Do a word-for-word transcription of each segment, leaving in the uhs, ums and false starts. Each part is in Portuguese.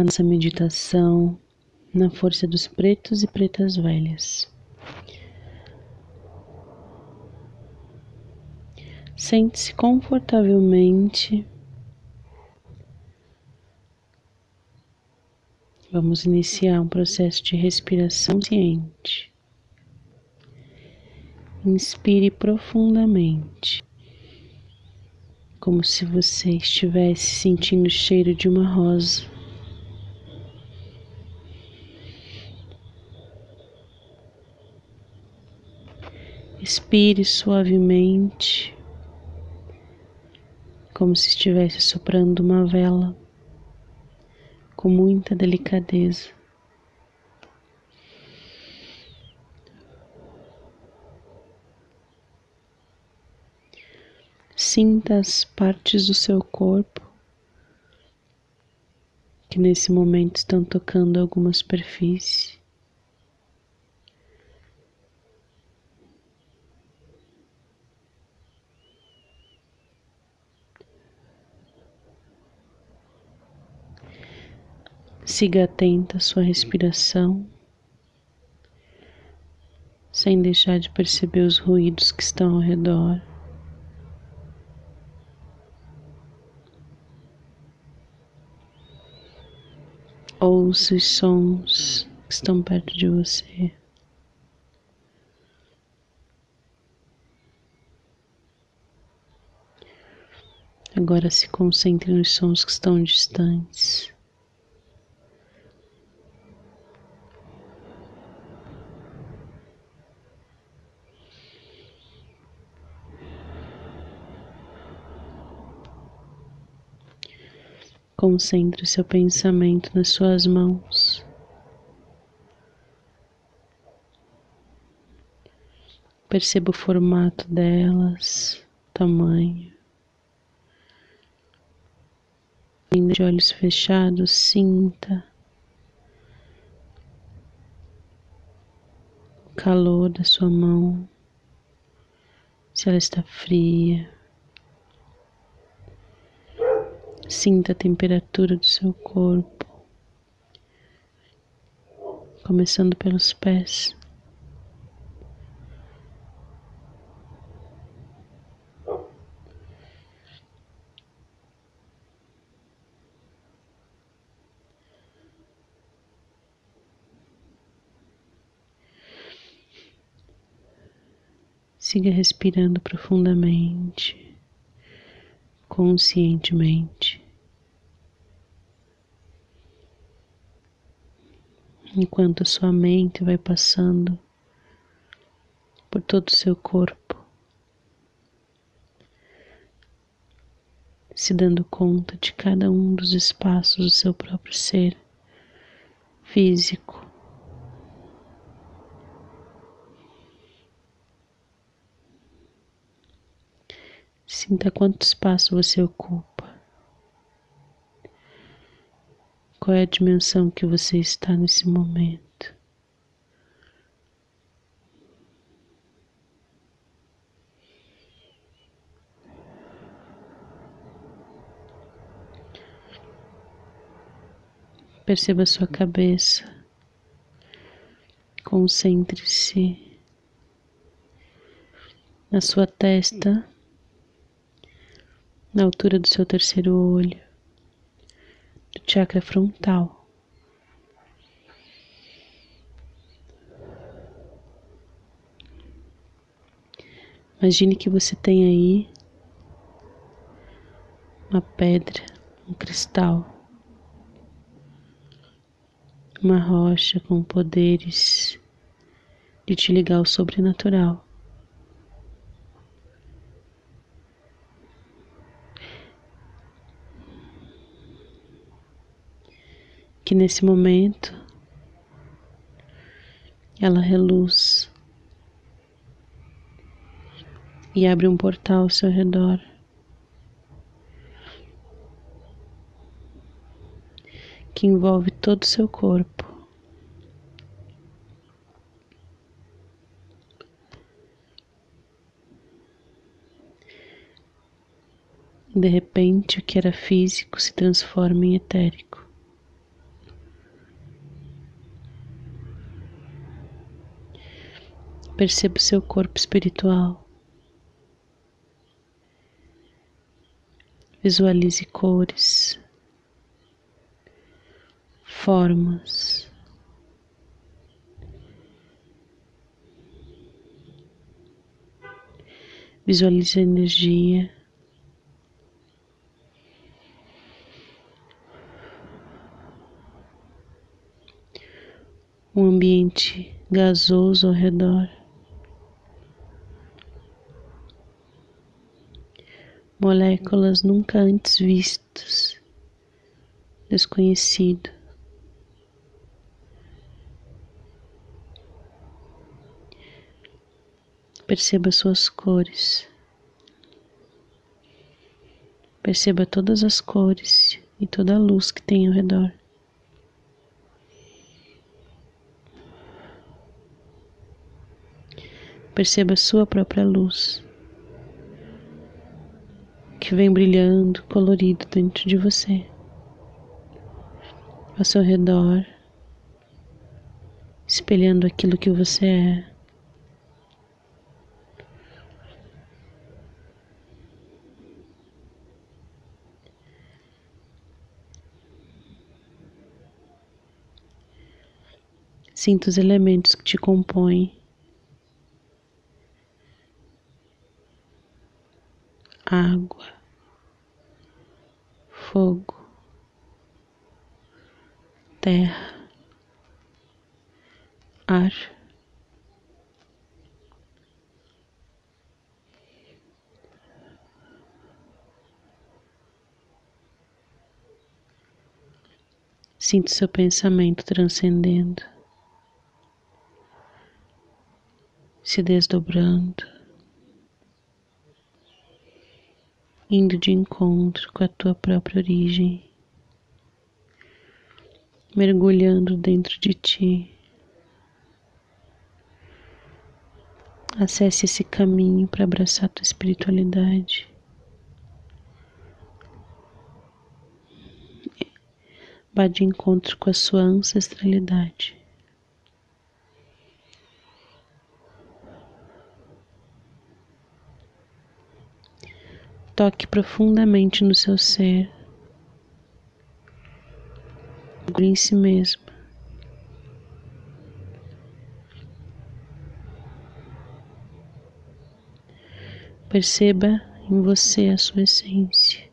Nessa meditação, na força dos pretos e pretas velhas. Sente-se confortavelmente. Vamos iniciar um processo de respiração consciente. Inspire profundamente, como se você estivesse sentindo o cheiro de uma rosa. Expire suavemente, como se estivesse soprando uma vela, com muita delicadeza. Sinta as partes do seu corpo que nesse momento estão tocando alguma superfície. Siga atenta à sua respiração, sem deixar de perceber os ruídos que estão ao redor. Ouça os sons que estão perto de você. Agora se concentre nos sons que estão distantes. Concentre o seu pensamento nas suas mãos. Perceba o formato delas, tamanho. Ainda de olhos fechados, sinta o calor da sua mão, se ela está fria. Sinta a temperatura do seu corpo, começando pelos pés. Siga respirando profundamente, conscientemente, enquanto a sua mente vai passando por todo o seu corpo, se dando conta de cada um dos espaços do seu próprio ser físico. Sinta quanto espaço você ocupa. Qual é a dimensão que você está nesse momento? Perceba a sua cabeça. Concentre-se na sua testa, na altura do seu terceiro olho, do chakra frontal. Imagine que você tem aí uma pedra, um cristal, uma rocha com poderes de te ligar ao sobrenatural. Que nesse momento ela reluz e abre um portal ao seu redor, que envolve todo o seu corpo. De repente, o que era físico se transforma em etérico. Perceba o seu corpo espiritual. Visualize cores, formas. Visualize a energia. Um ambiente gasoso ao redor. Moléculas nunca antes vistas. Desconhecido. Perceba suas cores. Perceba todas as cores e toda a luz que tem ao redor. Perceba a sua própria luz, que vem brilhando, colorido dentro de você, ao seu redor, espelhando aquilo que você é. Sinta os elementos que te compõem. Água, fogo, terra, ar. Sinta o seu pensamento transcendendo, se desdobrando, indo de encontro com a tua própria origem, mergulhando dentro de ti. Acesse esse caminho para abraçar a tua espiritualidade. Vá de encontro com a sua ancestralidade. Toque profundamente no seu ser, em si mesmo. Perceba em você a sua essência.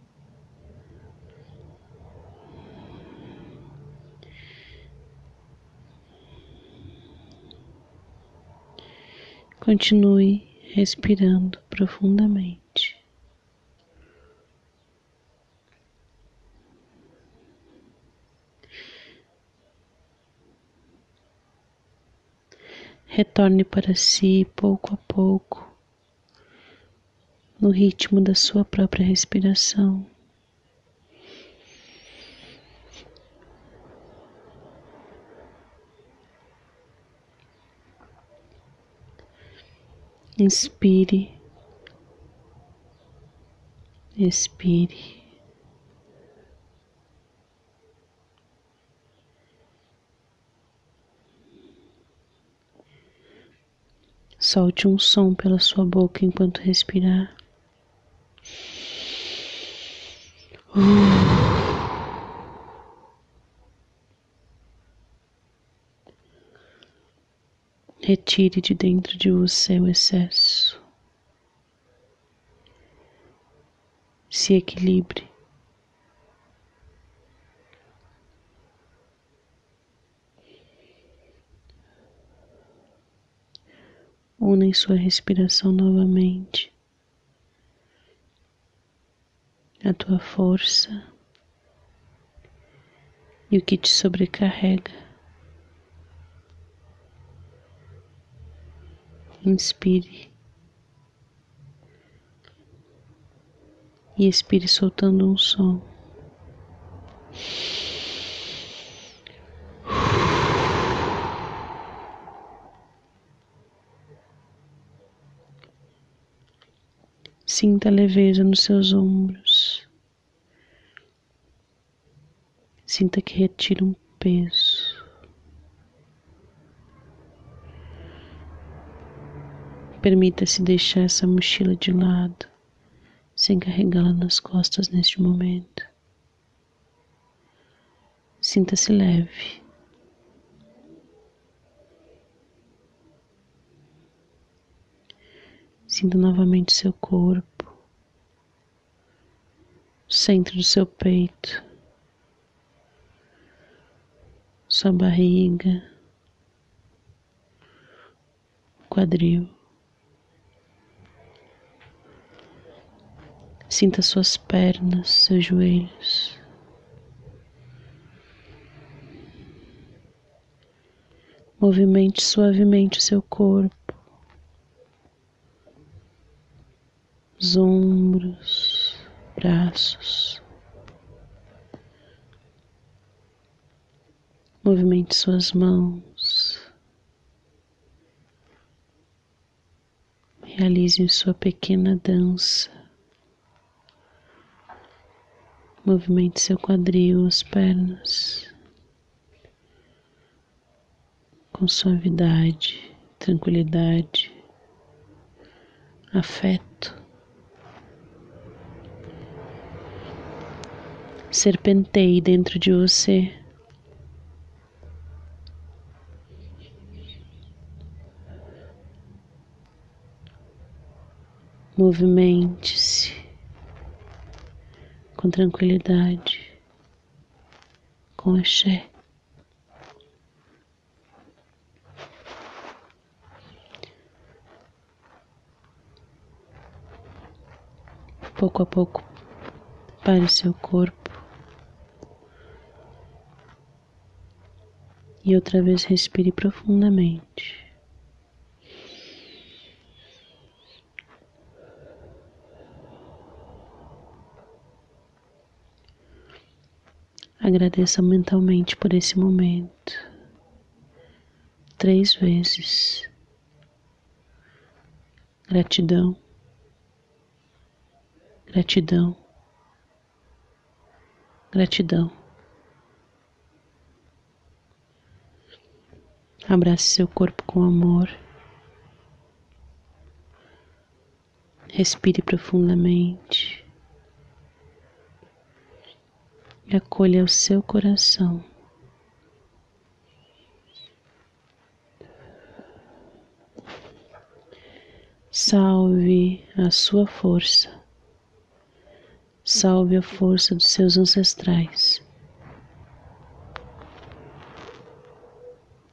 Continue respirando profundamente. Retorne para si pouco a pouco, no ritmo da sua própria respiração. Inspire, expire. Solte um som pela sua boca enquanto respirar. Retire de dentro de você o excesso. Se equilibre. Una em sua respiração novamente a tua força e o que te sobrecarrega. Inspire e expire soltando um som. Sinta a leveza nos seus ombros. Sinta que retira um peso. Permita-se deixar essa mochila de lado, sem carregá-la nas costas neste momento. Sinta-se leve. Sinta novamente seu corpo, o centro do seu peito, sua barriga, quadril. Sinta suas pernas, seus joelhos. Movimente suavemente o seu corpo, os ombros, braços. Movimente suas mãos. Realize sua pequena dança. Movimente seu quadril, as pernas, com suavidade, tranquilidade, afeto. Serpenteie dentro de você. Movimente-se com tranquilidade, com axé. Pouco a pouco, pare seu corpo e outra vez respire profundamente. Agradeça mentalmente por esse momento, três vezes. Gratidão, gratidão, gratidão. Abrace seu corpo com amor. Respire profundamente. E acolha o seu coração. Salve a sua força. Salve a força dos seus ancestrais.